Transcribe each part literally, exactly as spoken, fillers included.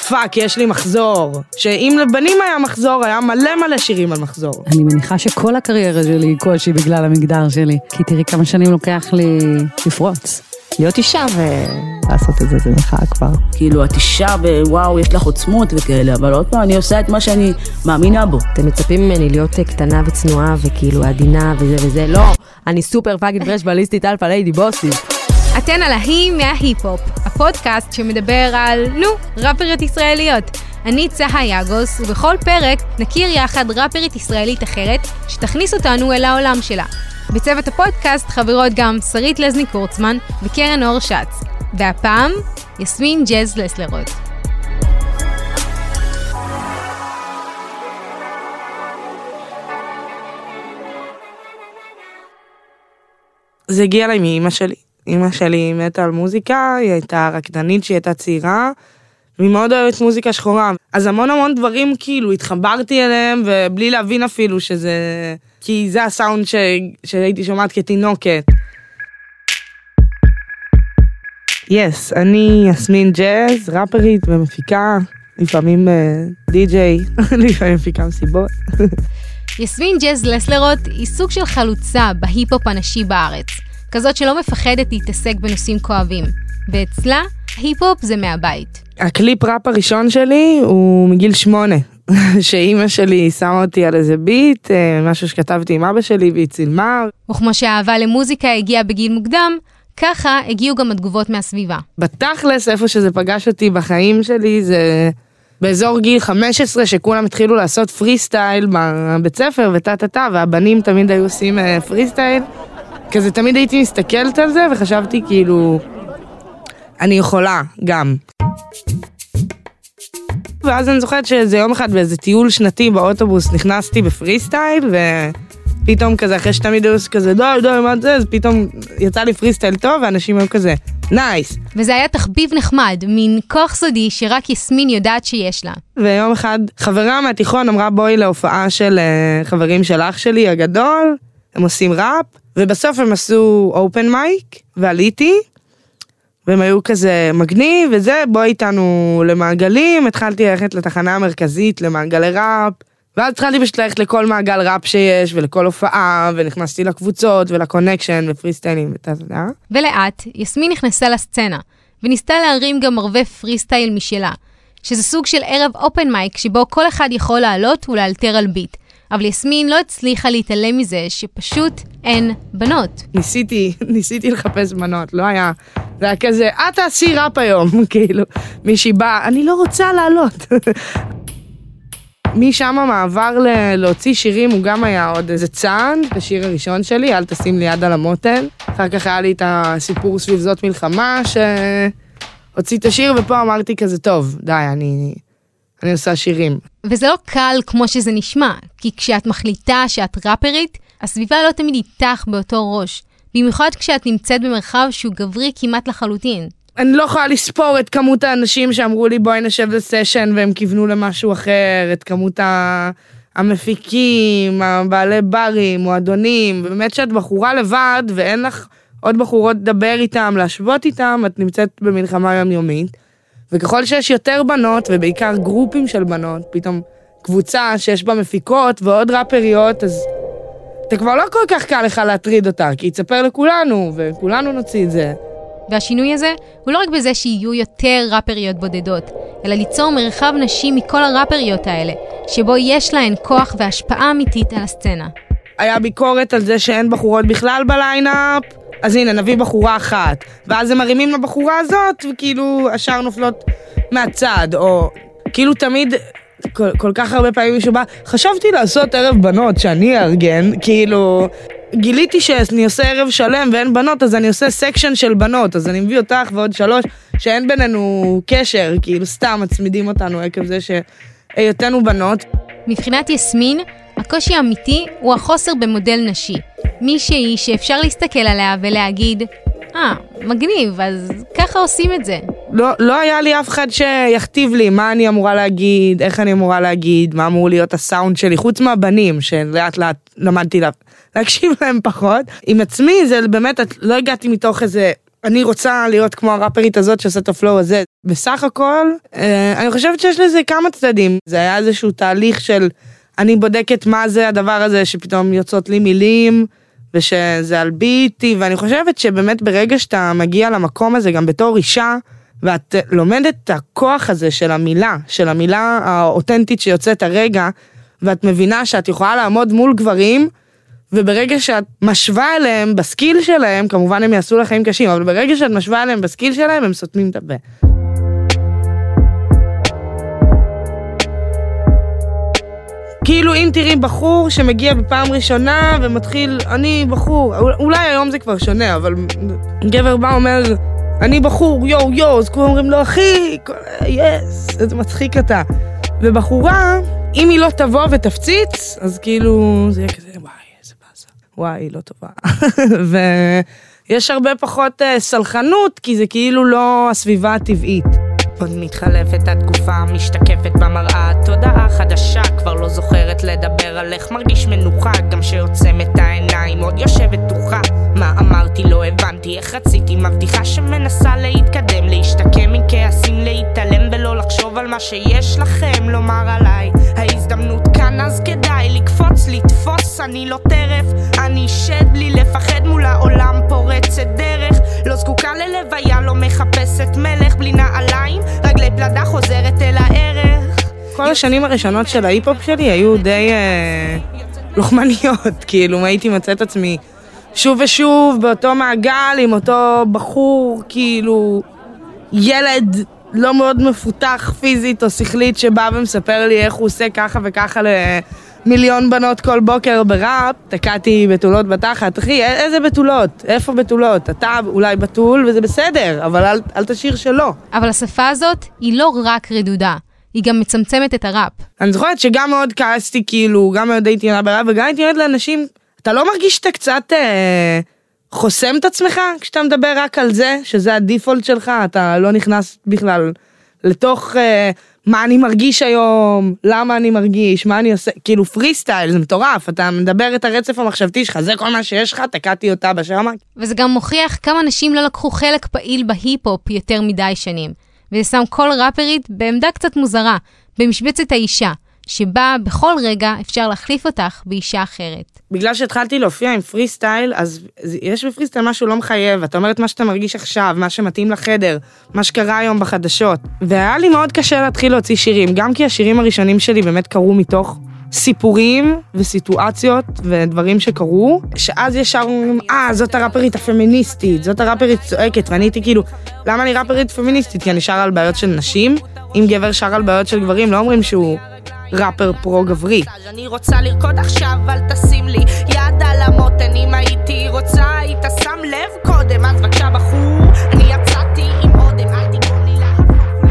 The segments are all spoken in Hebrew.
פאק, יש לי מחזור. שאם לבנים היה מחזור, היה מלא מלא שירים על מחזור. אני מניחה שכל הקריירה שלי היא קושי בגלל המגדר שלי, כי תראי כמה שנים לוקח לי לפרוץ. להיות אישה ולעשות את זה, זה מחאה כבר. כאילו, את אישה ווואו, יש לך עוצמות וכאלה, אבל עוד פעם, אני עושה את מה שאני מאמינה בו. אתם מצפים ממני להיות קטנה וצנועה וכאילו עדינה וזה וזה, לא, אני סופר פאקינג ברש בליסטית אלפא ליידי בוסית. אתן על ההיא מההיפ-הופ, הפודקאסט שמדבר על, נו, ראפריות ישראליות. אני צחה יאגוס, ובכל פרק נכיר יחד ראפרית ישראלית אחרת, שתכניס אותנו אל העולם שלה. בצוות הפודקאסט חברות גם שרית לזני קורצמן וקרן אור שץ. והפעם, יסמין ג'אז לסלרות. זה הגיע אליי מאמא שלי. אמא שלי מתה על מוזיקה, היא הייתה רקדנית שהיא הייתה צעירה, והיא מאוד אוהבת מוזיקה שחורה. אז המון המון דברים כאילו התחברתי אליהם, ובלי להבין אפילו שזה... כי זה הסאונד ש... שהייתי שומעת כתינוקת. יס, yes, אני יסמין ג'אז, ראפרית ומפיקה, לפעמים uh, די-ג'יי, לפעמים מפיקה מסיבות. יסמין ג'אז לסלרות היא סוג של חלוצה בהיפ-הופ הנשי בארץ. כזאת שלא מפחדת להתעסק בנושאים כואבים. ואצלה, היפ-הופ זה מהבית. הקליפ ראפ הראשון שלי הוא מגיל שמונה. שאימא שלי שמה אותי על איזה ביט, משהו שכתבתי עם אבא שלי והיא צילמה. וכמו שהאהבה למוזיקה הגיעה בגיל מוקדם, ככה הגיעו גם התגובות מהסביבה. בתכלס, איפה שזה פגש אותי בחיים שלי, זה באזור גיל חמש עשרה, שכולם התחילו לעשות פרי סטייל בבית ספר וטה-טה-טה, והבנים תמיד היו עושים פרי סטייל. כזה תמיד הייתי מסתכלת על זה, וחשבתי כאילו, אני יכולה גם. ואז אני זוכרת שזה יום אחד באיזה טיול שנתי באוטובוס, נכנסתי בפרי סטייל, ופתאום כזה, אחרי שתמיד היו כזה, די, די, מה זה? אז פתאום יצא לי פרי סטייל טוב, ואנשים היו כזה, נייס. וזה היה תחביב נחמד, מין כוח סודי שרק יסמין יודעת שיש לה. ויום אחד, חברה מהתיכון אמרה, בואי להופעה של חברים של אח שלי הגדול, הם עושים ראפ, ובסוף הם עשו אופן מייק, ועליתי, והם היו כזה מגניב, וזה, בוא איתנו למעגלים, התחלתי ללכת לתחנה המרכזית, למעגלי ראפ, ואז התחלתי פשוט ללכת לכל מעגל ראפ שיש, ולכל הופעה, ונכנסתי לקבוצות, ולקונקשן, ופריסטיילים, ותודה. ולאט, יסמין נכנסה לסצנה, וניסתה להרים גם ערבי פריסטייל משלה, שזה סוג של ערב אופן מייק, שבו כל אחד יכול לעלות ולאלתר על ביט. אבל יסמין לא הצליחה להתעלם מזה שפשוט אין בנות. ניסיתי, ניסיתי לחפש בנות, לא היה, זה היה כזה, את תעשי ראפ היום, כאילו, מישהי באה, אני לא רוצה לעלות. משם המעבר ל- להוציא שירים, הוא גם היה עוד איזה צעד, השיר הראשון שלי, אל תשים לי יד על המותן. אחר כך היה לי את הסיפור סביב זאת מלחמה, שהוציא את השיר, ופה אמרתי כזה, טוב, די, אני... אני עושה שירים. וזה לא קל כמו שזה נשמע, כי כשאת מחליטה שאת ראפרית, הסביבה לא תמיד איתך באותו ראש, במיוחד כשאת נמצאת במרחב שהוא גברי כמעט לחלוטין. אני לא יכולה לספור את כמות האנשים שאמרו לי בואי נשב לסשן, והם כיוונו למשהו אחר, את כמות המפיקים, הבעלי ברים, מועדונים, ובאמת שאת בחורה לבד, ואין לך עוד בחורות לדבר איתם, להשוות איתם, את נמצאת במלחמה יומיומית. וככל שיש יותר בנות, ובעיקר גרופים של בנות, פתאום קבוצה שיש בה מפיקות ועוד ראפריות, אז אתה כבר לא כל כך קל לך להטריד אותה, כי יצפר לכולנו, וכולנו נוציא את זה. והשינוי הזה הוא לא רק בזה שיהיו יותר ראפריות בודדות, אלא ליצור מרחב נשי מכל הראפריות האלה, שבו יש להן כוח והשפעה אמיתית על הסצנה. היה ביקורת על זה שאין בחורות בכלל בליינאפ, אז הנה, נביא בחורה אחת, ואז הם מרימים לבחורה הזאת, וכאילו השאר נופלות מהצד, או כאילו תמיד, כל, כל כך הרבה פעמים מישהו בא, חשבתי לעשות ערב בנות שאני ארגן, כאילו, גיליתי שאני עושה ערב שלם ואין בנות, אז אני עושה סקשן של בנות, אז אני מביא אותך ועוד שלוש, שאין בינינו קשר, כאילו סתם מצמידים אותנו עקב זה שהיותנו בנות. מבחינת יסמין, הקושי האמיתי הוא החוסר במודל נשי. מישהי שאפשר להסתכל עליה ולהגיד, אה, מגניב, אז ככה עושים את זה. לא, לא היה לי אף אחד שיכתיב לי מה אני אמורה להגיד, איך אני אמורה להגיד, מה אמור להיות הסאונד שלי, חוץ מהבנים, שלאט לאט למדתי לה, להקשיב להם פחות. עם עצמי זה באמת, לא הגעתי מתוך איזה אני רוצה להיות כמו הראפרית הזאת שעושה את הפלואו הזה. בסך הכל, אני חושבת שיש לזה כמה צדדים. זה היה איזשהו תהליך של, אני בודקת מה זה הדבר הזה שפתאום יוצאות לי מילים, ושזה על ביטי, ואני חושבת שבאמת ברגע שאתה מגיע למקום הזה, גם בתור אישה, ואת לומדת את הכוח הזה של המילה, של המילה האותנטית שיוצאת הרגע, ואת מבינה שאת יכולה לעמוד מול גברים, וברגע שאת משווה אליהם בסקיל שלהם, כמובן הם יעשו לחיים קשים, אבל ברגע שאת משווה אליהם בסקיל שלהם, הם סותמים את הפה. כאילו אם תראי בחור שמגיע בפעם ראשונה ומתחיל, אני בחור, אולי היום זה כבר שונה, אבל גבר בא אומר, אני בחור, יו יו, אז כולם אומרים לו, אחי, יס, איזה מצחיק אתה. ובחורה, אם היא לא תבוא ותפציץ, אז כאילו, זה יהיה כזה, וואי, איזה באסה, וואי, היא לא טובה. ויש הרבה פחות uh, סלחנות, כי זה כאילו לא הסביבה הטבעית. עוד מתחלפת התקופה, משתקפת במראה, תודעה חדשה, כבר לא זוכרת לדבר עליך, מרגיש מנוחה, גם שיוצם את העיניים, עוד יושבת תוכה, מה אמרתי לא הבנתי, איך רציתי, מבטיחה שמנסה להתקדם, להשתקם מכעסים, להתעלם ולא לחשוב על מה שיש לכם לומר עליי, ההזדמנות כאן אז כדאי לקפוץ, לתפוס, אני לא טרף, אני שד בלי לפחד מול העולם פורצת דרך, לא זקוקה ללוויה, לא מחפשת מלך, בלי נעליים, רגלי פלדה חוזרת אל הערך. כל השנים הראשונות של ההיפ-הופ שלי היו די אה, לוחמניות, כאילו הייתי מצאת עצמי שוב ושוב באותו מעגל עם אותו בחור, כאילו ילד לא מאוד מפותח פיזית או שכלית שבא ומספר לי איך הוא עושה ככה וככה למיליון בנות כל בוקר בראפ. תקעתי בתולות בתחת, אחי, איזה בתולות? איפה בתולות? אתה אולי בתול וזה בסדר, אבל אל, אל תשאיר שלא. אבל השפה הזאת היא לא רק רדודה, היא גם מצמצמת את הראפ. אני זוכרת שגם מאוד כעסתי, כאילו, גם מאוד הייתי עונה בראפ, וגם הייתי עונה לאנשים, אתה לא מרגיש שאתה קצת אה, חוסם את עצמך כשאתה מדבר רק על זה, שזה הדיפולט שלך, אתה לא נכנס בכלל לתוך אה, מה אני מרגיש היום, למה אני מרגיש, מה אני עושה, כאילו פרי סטייל, זה מטורף, אתה מדבר את הרצף המחשבתי שלך, זה כל מה שיש לך, תקעתי אותה בשמה. וזה גם מוכיח כמה נשים לא לקחו חלק פעיל בהיפ-הופ יותר מדי שנים, וזה שם כל ראפרית בעמדה קצת מוזרה, במשבצת האישה, שבה בכל רגע אפשר להחליף אותך באישה אחרת. בגלל שהתחלתי להופיע עם פרי סטייל, אז יש בפרי סטייל משהו לא מחייב, אתה אומרת מה שאתה מרגיש עכשיו, מה שמתאים לחדר, מה שקרה היום בחדשות. והיה לי מאוד קשה להתחיל להוציא שירים, גם כי השירים הראשונים שלי באמת קרו מתוך סיפורים וסיטואציות ודברים שקרו, שאז ישר אומרים, אה, זאת הראפרית הפמיניסטית, זאת הראפרית צועקת, ואני הייתי כאילו, למה אני ראפרית פמיניסטית? כי אני שר על בעיות של נשים, אם גבר שר על בעיות של גברים, לא אומרים שהוא ראפר פרו-גברי. אני רוצה לרקוד עכשיו, אל תשים לי יד על המותן, אם הייתי רוצה, היית שם לב קודם, אז בבקשה בחור, אני יצאתי עם אודם, אל תגרום לי להפוך.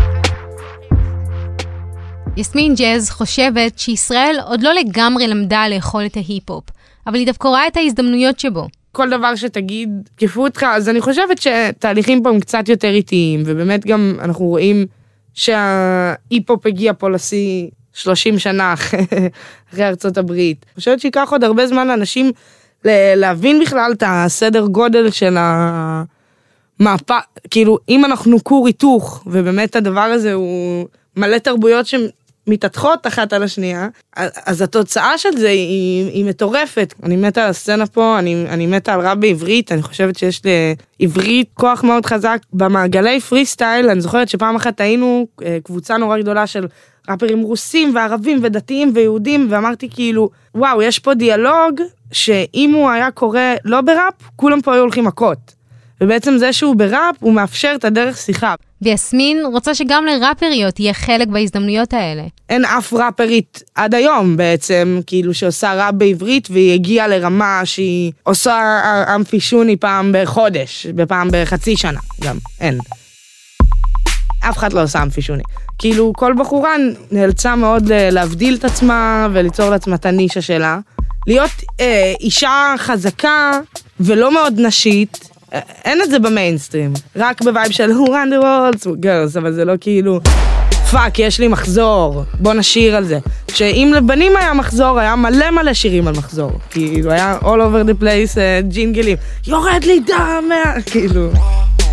יסמין ג'אז חושבת שישראל עוד לא לגמרי למדה לאכול את ההיפ-הופ, אבל היא דווקא רואה את ההזדמנויות שבו. כל דבר שתגיד, כיפו אותך, אז אני חושבת שתהליכים פה הם קצת יותר איטיים, ובאמת גם אנחנו רואים שההיפ-הופ הגיע פה לשיא שלושים שנה אחרי ארצות הברית. אני חושבת שיקח עוד הרבה זמן לאנשים להבין בכלל את הסדר גודל של המהפך, כאילו אם אנחנו כור היתוך, ובאמת הדבר הזה הוא מלא תרבויות שמתעתחות אחת על השנייה, אז התוצאה של זה היא, היא מטורפת. אני מתה על הסצנה פה, אני, אני מתה על ראפ בעברית, אני חושבת שיש לעברית כוח מאוד חזק במעגלי פרי סטייל. אני זוכרת שפעם אחת היינו קבוצה נורא גדולה של ראפרים רוסים וערבים ודתיים ויהודים, ואמרתי כאילו, וואו, יש פה דיאלוג שאם הוא היה קורא לא בראפ, כולם פה היו הולכים מכות. ובעצם זה שהוא בראפ, הוא מאפשר את הדרך שיחה. ויסמין רוצה שגם לראפריות יהיה חלק בהזדמנויות האלה. אין אף ראפרית עד היום בעצם, כאילו שעושה ראפ בעברית, והיא הגיעה לרמה שהיא עושה אמפישוני פעם בחודש, בפעם בחצי שנה, גם, אין. אף אחד לא עושה אמפישוני. כאילו כל בחורה נאלצה מאוד להבדיל את עצמה וליצור לעצמה את הנישה שלה. להיות אה, אישה חזקה ולא מאוד נשית, אה, אין את זה במיינסטרים. רק בווייב של who run the world, girls, אבל זה לא כאילו, פאק, יש לי מחזור, בוא נשיר על זה. שאם לבנים היה מחזור, היה מלא מלא שירים על מחזור. כאילו היה all over the place, uh, ג'ינגלים, יורד לי דם, כאילו.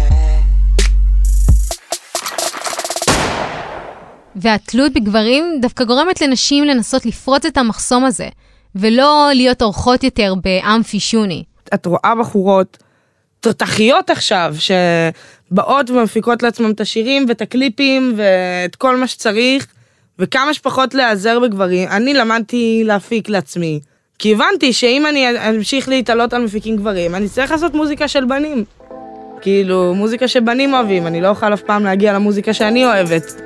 והתלות בגברים דווקא גורמת לנשים לנסות לפרוץ את המחסום הזה, ולא להיות אורחות יותר באמפי שוני. את רואה בחורות תותחיות עכשיו, שבאות ומפיקות לעצמם את השירים ואת הקליפים ואת כל מה שצריך, וכמה שפחות להיעזר בגברים. אני למדתי להפיק לעצמי, כי הבנתי שאם אני אמשיך להתעלות על מפיקים גברים, אני צריך לעשות מוזיקה של בנים. כאילו, מוזיקה שבנים אוהבים, אני לא אוכל אף פעם להגיע למוזיקה שאני אוהבת.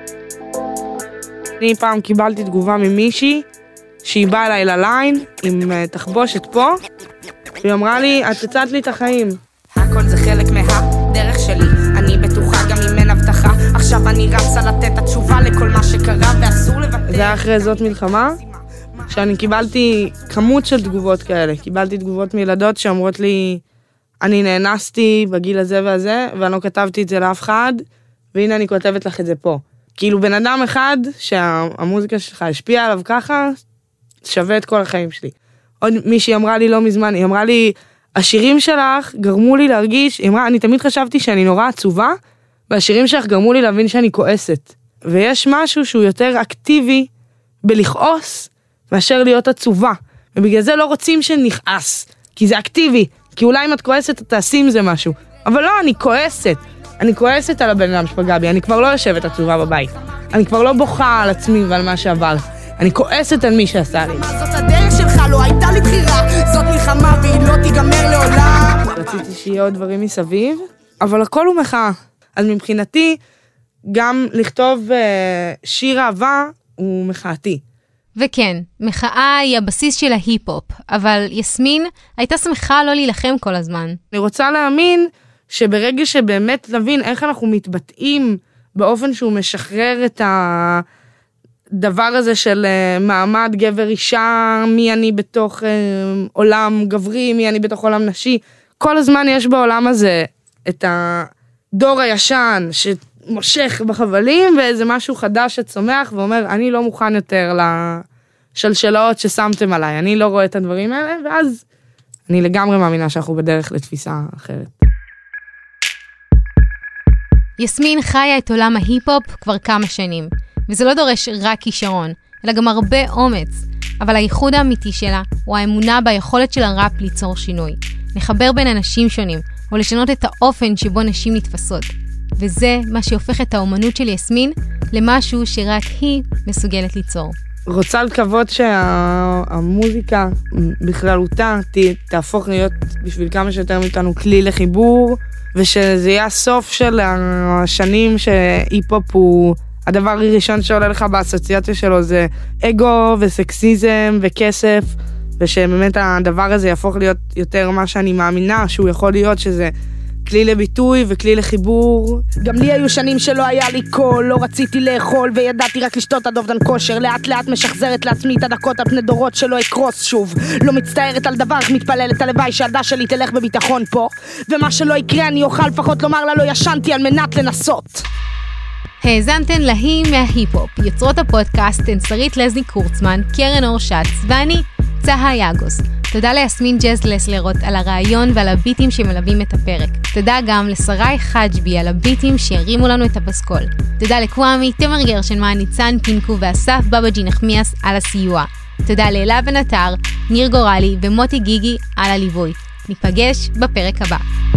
אני פעם קיבלתי תגובה ממישהי, שהיא באה אליי לליין עם תחבושת פה, והיא אמרה לי, את הצעת לי את החיים. הכל זה חלק מהדרך שלי, אני בטוחה גם אם אין הבטחה, עכשיו אני רצה לתת התשובה לכל מה שקרה ואסור לוותר. זה היה אחרי זאת מלחמה, שאני קיבלתי כמות של תגובות כאלה, קיבלתי תגובות מילדות שאומרות לי, אני נאנסתי בגיל הזה והזה, ואני לא כתבתי את זה לאף אחד, והנה אני כותבת לך את זה פה. כאילו בן אדם אחד שהמוזיקה שלך השפיעה עליו ככה, שווה את כל החיים שלי. עוד מישהי אמרה לי לא מזמן, היא אמרה לי, השירים שלך גרמו לי להרגיש, היא אמרה, אני תמיד חשבתי שאני נורא עצובה, והשירים שלך גרמו לי להבין שאני כועסת. ויש משהו שהוא יותר אקטיבי בלכעוס, מאשר להיות עצובה. ובגלל זה לא רוצים שנכעס, כי זה אקטיבי, כי אולי אם את כועסת, את תעשי עם זה משהו. אבל לא, אני כועסת. אני כועסת על הבן אדם שפגע בי, אני כבר לא יושבת עצובה בבית. אני כבר לא בוכה על עצמי ועל מה שעבר. אני כועסת על מי שעשה לי. זאת הדרך שלך, לא הייתה לי בחירה, זאת מלחמה והיא לא תיגמר לעולם. רציתי שיהיה עוד דברים מסביב, אבל הכל הוא מחאה. אז מבחינתי, גם לכתוב שיר אהבה הוא מחאתי. וכן, מחאה היא הבסיס של ההיפ-הופ, אבל יסמין הייתה שמחה לא להילחם כל הזמן. אני רוצה להאמין שברגע שבאמת נבין איך אנחנו מתבטאים באופן שהוא משחרר את הדבר הזה של מעמד גבר אישה, מי אני בתוך עולם גברי, מי אני בתוך עולם נשי, כל הזמן יש בעולם הזה את הדור הישן שמושך בחבלים, ואיזה משהו חדש שצומח ואומר, אני לא מוכן יותר לשלשלאות ששמתם עליי, אני לא רואה את הדברים האלה, ואז אני לגמרי מאמינה שאנחנו בדרך לתפיסה אחרת. יסמין חיה את עולם ההיפ-הופ כבר כמה שנים, וזה לא דורש רק כישרון, אלא גם הרבה אומץ, אבל הייחוד האמיתי שלה הוא האמונה ביכולת של הראפ ליצור שינוי, לחבר בין אנשים שונים, או לשנות את האופן שבו נשים נתפסות. וזה מה שהופך את האומנות של יסמין למשהו שרק היא מסוגלת ליצור. רוצה לקוות שהמוזיקה בכללותה תהפוך להיות בשביל כמה שיותר מאיתנו כלי לחיבור, ושזה יהיה הסוף של השנים שהיפ-הופ הוא הדבר הראשון שעולה לך באסוציאציה שלו, זה אגו וסקסיזם וכסף, ושבאמת הדבר הזה יהפוך להיות יותר מה שאני מאמינה שהוא יכול להיות, שזה כלי לביטוי וכלי לחיבור. גם לי היו שנים שלא היה לי קול, לא רציתי לאכול וידעתי רק לשתות עד אובדן כושר, לאט לאט משחזרת לעצמי את הדקות על פני דורות שלא אקרוס שוב, לא מצטערת על דבר, מתפללת הלוואי שהילדה שלי תלך בביטחון פה, ומה שלא יקרה אני אוכל לפחות לומר לה לא ישנתי על מנת לנסות. האזנתן להיא מההיפ-הופ, יוצרות הפודקאסט הן שרית לזני קורצמן, קרן אור שץ ואני, צהה יאגוס. תודה ליסמין ג'אז לסלרות על הרעיון ועל הביטים שמלווים את הפרק. תודה גם לשרי חג'בי על הביטים שהרימו לנו את הפסקול. תודה לקוואמי, תמר גרשנמן, ניצן פינקו ואסף בבג'י נחמיאס על הסיוע. תודה לאלה ונטר, ניר גורלי ומוטי גיגי על הליווי. ניפגש בפרק הבא.